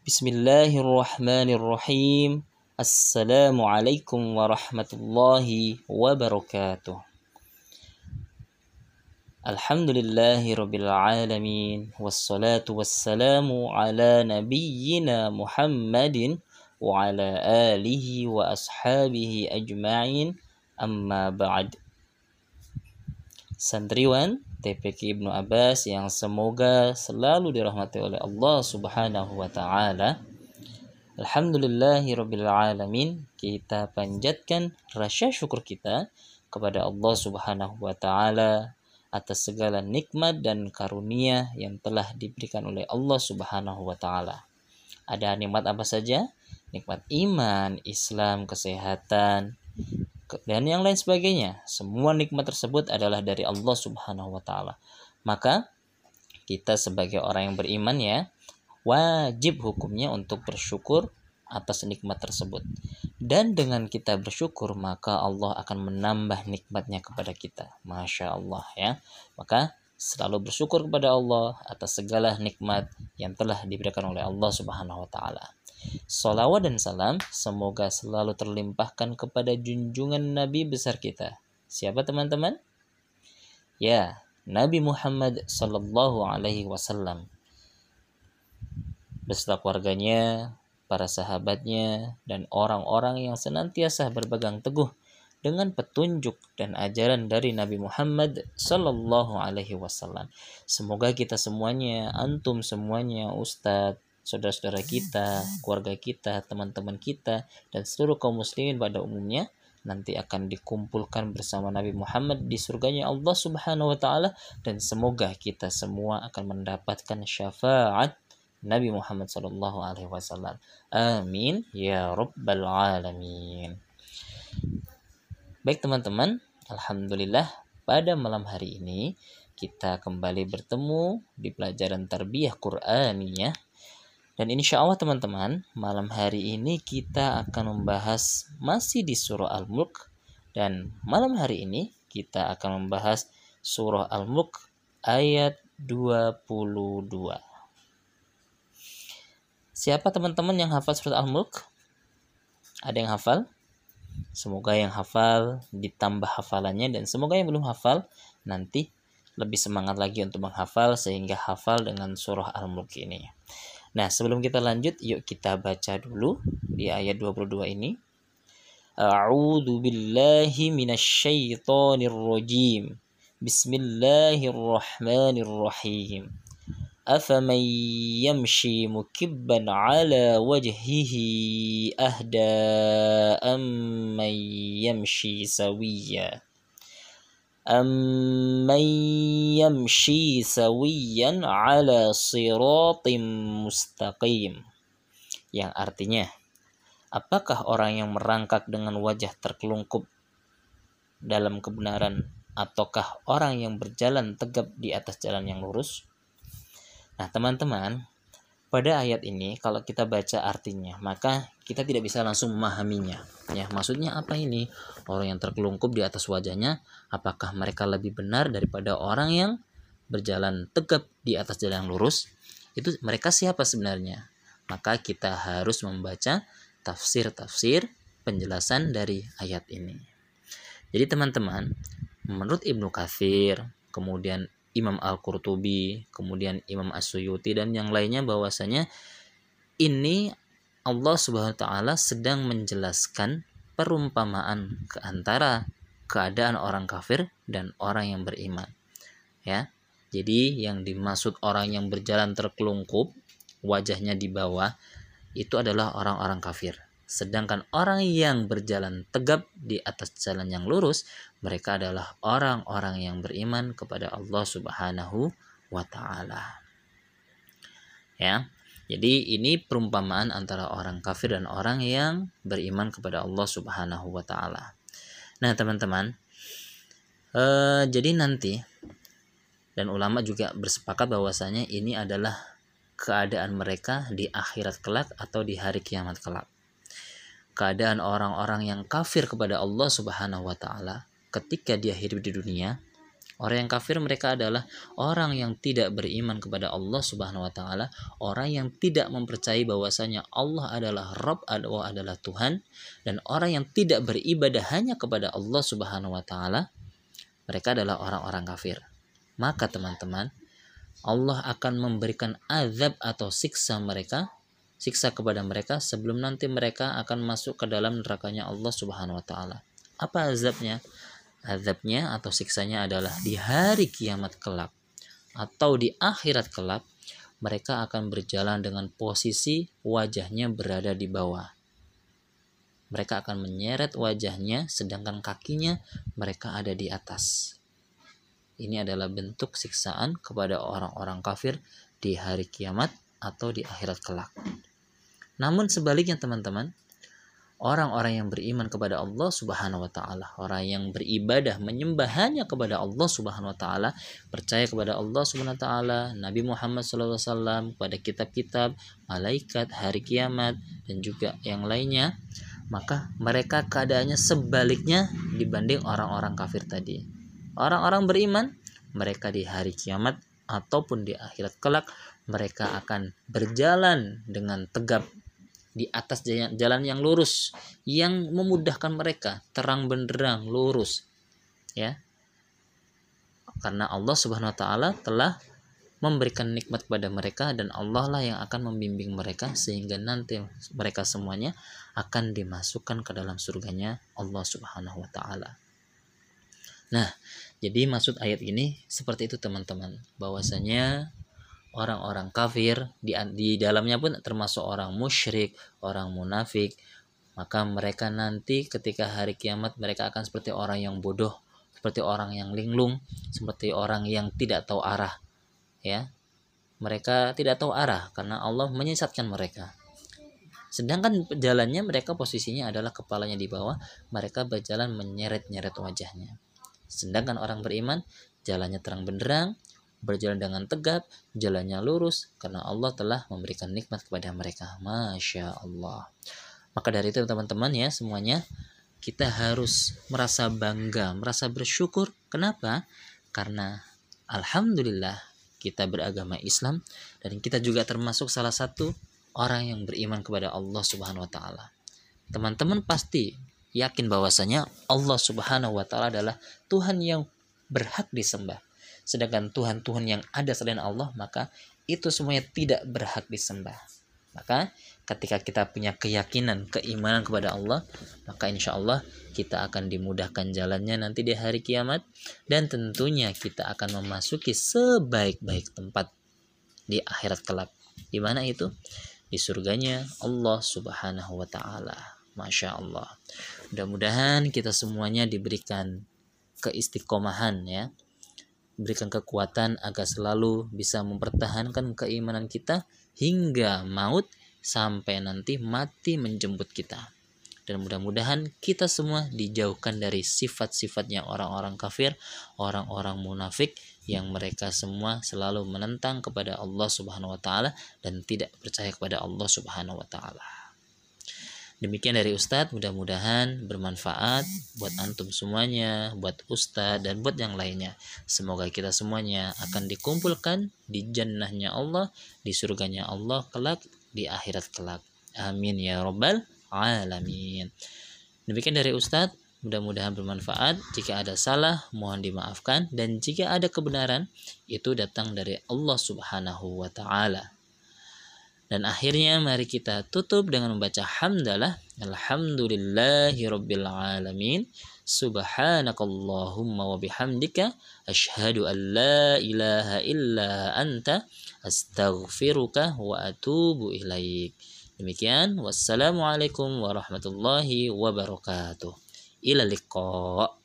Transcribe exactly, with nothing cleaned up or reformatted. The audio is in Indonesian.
Bismillahirrahmanirrahim. Assalamualaikum warahmatullahi wabarakatuh. Alhamdulillahirabbil alamin, wassalatu wassalamu ala nabiyyina Muhammadin wa ala alihi wa ashabihi ajma'in. Amma ba'd. Santriwan T P Q Ibnu Abbas yang semoga selalu dirahmati oleh Allah Subhanahu wa taala. Alhamdulillahirabbil alamin, kita panjatkan rasa syukur kita kepada Allah Subhanahu wa taala atas segala nikmat dan karunia yang telah diberikan oleh Allah Subhanahu wa taala. Ada nikmat apa saja? Nikmat iman, Islam, kesehatan, dan yang lain sebagainya. Semua nikmat tersebut adalah dari Allah Subhanahu wa taala. Maka kita sebagai orang yang beriman ya, wajib hukumnya untuk bersyukur atas nikmat tersebut. Dan dengan kita bersyukur, maka Allah akan menambah nikmatnya kepada kita. Masya Allah ya. Maka selalu bersyukur kepada Allah atas segala nikmat yang telah diberikan oleh Allah Subhanahu wa taala. Salawat dan salam semoga selalu terlimpahkan kepada junjungan Nabi besar kita. Siapa teman-teman? Ya, Nabi Muhammad sallallahu alaihi wasallam. Beserta keluarganya, para sahabatnya, dan orang-orang yang senantiasa berpegang teguh dengan petunjuk dan ajaran dari Nabi Muhammad sallallahu alaihi wasallam. Semoga kita semuanya, antum semuanya, ustadz, saudara-saudara kita, keluarga kita, teman-teman kita, dan seluruh kaum muslimin pada umumnya nanti akan dikumpulkan bersama Nabi Muhammad di surganya Allah Subhanahu wa taala, dan semoga kita semua akan mendapatkan syafaat Nabi Muhammad sallallahu alaihi wasallam. Amin ya rabbal alamin. Baik teman-teman, alhamdulillah pada malam hari ini kita kembali bertemu di pelajaran tarbiyah Qur'aniyah. Dan insya Allah teman-teman, malam hari ini kita akan membahas masih di surah Al-Mulk. Dan malam hari ini kita akan membahas surah Al-Mulk ayat dua puluh dua. Siapa teman-teman yang hafal surah Al-Mulk? Ada yang hafal? Semoga yang hafal ditambah hafalannya, dan semoga yang belum hafal nanti lebih semangat lagi untuk menghafal sehingga hafal dengan surah Al-Mulk ini. Nah, sebelum kita lanjut, yuk kita baca dulu di ayat dua puluh dua ini. A'udzu billahi minasyaitonir rajim. Bismillahirrahmanirrahim. Afaman yamshi mukibban ala wajhihi ahda amman yamshi sawiyya. Amman yamshi sawiyan ala siratim mustaqim. Yang artinya, apakah orang yang merangkak dengan wajah terkelungkup dalam kebenaran, ataukah orang yang berjalan tegap di atas jalan yang lurus? Nah teman-teman, pada ayat ini kalau kita baca artinya, maka kita tidak bisa langsung memahaminya. Ya, maksudnya apa ini? Orang yang terkelungkup di atas wajahnya, apakah mereka lebih benar daripada orang yang berjalan tegap di atas jalan yang lurus? Itu mereka siapa sebenarnya? Maka kita harus membaca tafsir-tafsir penjelasan dari ayat ini. Jadi teman-teman, menurut Ibnu Katsir, kemudian Imam Al-Qurtubi, kemudian Imam As-Suyuti, dan yang lainnya, bahwasanya ini Allah Subhanahu wa taala sedang menjelaskan perumpamaan ke antara keadaan orang kafir dan orang yang beriman. Ya. Jadi yang dimaksud orang yang berjalan terkelungkup, wajahnya di bawah, itu adalah orang-orang kafir. Sedangkan orang yang berjalan tegap di atas jalan yang lurus, mereka adalah orang-orang yang beriman kepada Allah Subhanahu wa taala. Ya. Jadi ini perumpamaan antara orang kafir dan orang yang beriman kepada Allah Subhanahu wa taala. Nah, teman-teman, eh, jadi nanti, dan ulama juga bersepakat bahwasanya ini adalah keadaan mereka di akhirat kelak atau di hari kiamat kelak. Keadaan orang-orang yang kafir kepada Allah Subhanahu wa taala ketika dia hidup di dunia, Orang yang kafir mereka adalah orang yang tidak beriman kepada Allah Subhanahu wa taala, orang yang tidak mempercayai bahwasanya Allah adalah Rabb, Allah adalah Tuhan, dan orang yang tidak beribadah hanya kepada Allah Subhanahu wa taala, mereka adalah orang-orang kafir. Maka teman-teman, Allah akan memberikan azab atau siksa mereka, siksa kepada mereka sebelum nanti mereka akan masuk ke dalam nerakanya Allah Subhanahu wa taala. Apa azabnya? Azabnya atau siksanya adalah di hari kiamat kelak atau di akhirat kelak, mereka akan berjalan dengan posisi wajahnya berada di bawah. Mereka akan menyeret wajahnya sedangkan kakinya mereka ada di atas. Ini adalah bentuk siksaan kepada orang-orang kafir di hari kiamat atau di akhirat kelak. Namun sebaliknya teman-teman, orang-orang yang beriman kepada Allah Subhanahu wa taala, orang yang beribadah menyembah hanya kepada Allah Subhanahu wa taala, percaya kepada Allah Subhanahu wa taala, Nabi Muhammad shallallahu alaihi wasallam, kepada kitab-kitab, malaikat, hari kiamat dan juga yang lainnya, maka mereka keadaannya sebaliknya dibanding orang-orang kafir tadi. Orang-orang beriman, mereka di hari kiamat ataupun di akhirat kelak, mereka akan berjalan dengan tegap di atas jalan yang lurus, yang memudahkan mereka, terang benderang, lurus, ya. Karena Allah Subhanahu wa taala telah memberikan nikmat kepada mereka, dan Allah lah yang akan membimbing mereka sehingga nanti mereka semuanya akan dimasukkan ke dalam surganya Allah Subhanahu wa taala. Nah, jadi maksud ayat ini seperti itu teman-teman, bahwasanya orang-orang kafir di, di dalamnya pun termasuk orang musyrik, orang munafik, maka mereka nanti ketika hari kiamat mereka akan seperti orang yang bodoh, seperti orang yang linglung, seperti orang yang tidak tahu arah, ya. Mereka tidak tahu arah karena Allah menyesatkan mereka. Sedangkan jalannya mereka posisinya adalah kepalanya di bawah, mereka berjalan menyeret-nyeret wajahnya. Sedangkan orang beriman jalannya terang benderang, berjalan dengan tegap, jalannya lurus karena Allah telah memberikan nikmat kepada mereka. Masya Allah. Maka dari itu teman-teman ya semuanya, kita harus merasa bangga, merasa bersyukur. Kenapa? Karena alhamdulillah kita beragama Islam dan kita juga termasuk salah satu orang yang beriman kepada Allah Subhanahu wa taala. Teman-teman pasti yakin bahwasanya Allah Subhanahu wa taala adalah Tuhan yang berhak disembah. Sedangkan Tuhan-Tuhan yang ada selain Allah, maka itu semuanya tidak berhak disembah. Maka ketika kita punya keyakinan, keimanan kepada Allah, maka insya Allah kita akan dimudahkan jalannya nanti di hari kiamat, dan tentunya kita akan memasuki sebaik-baik tempat di akhirat kelak. Di mana itu? Di surganya Allah Subhanahu wa taala. Masya Allah. Mudah-mudahan kita semuanya diberikan keistiqomahan, ya, berikan kekuatan agar selalu bisa mempertahankan keimanan kita hingga maut, sampai nanti mati menjemput kita. Dan mudah-mudahan kita semua dijauhkan dari sifat-sifatnya orang-orang kafir, orang-orang munafik yang mereka semua selalu menentang kepada Allah Subhanahu wa taala dan tidak percaya kepada Allah Subhanahu wa taala. Demikian dari Ustadz, mudah-mudahan bermanfaat buat antum semuanya, buat Ustadz dan buat yang lainnya. Semoga kita semuanya akan dikumpulkan di jannahnya Allah, di surganya Allah kelak, di akhirat kelak. Amin ya rabbal alamin. Demikian dari Ustadz, mudah-mudahan bermanfaat. Jika ada salah, mohon dimaafkan, dan jika ada kebenaran, itu datang dari Allah Subhanahu wa taala. Dan akhirnya mari kita tutup dengan membaca hamdalah. Alhamdulillahi rabbil alamin. Subhanakallahumma wa bihamdika asyhadu an la ilaha illa anta astaghfiruka wa atubu ilaik. Demikian, wassalamualaikum warahmatullahi wabarakatuh. Ila liqa.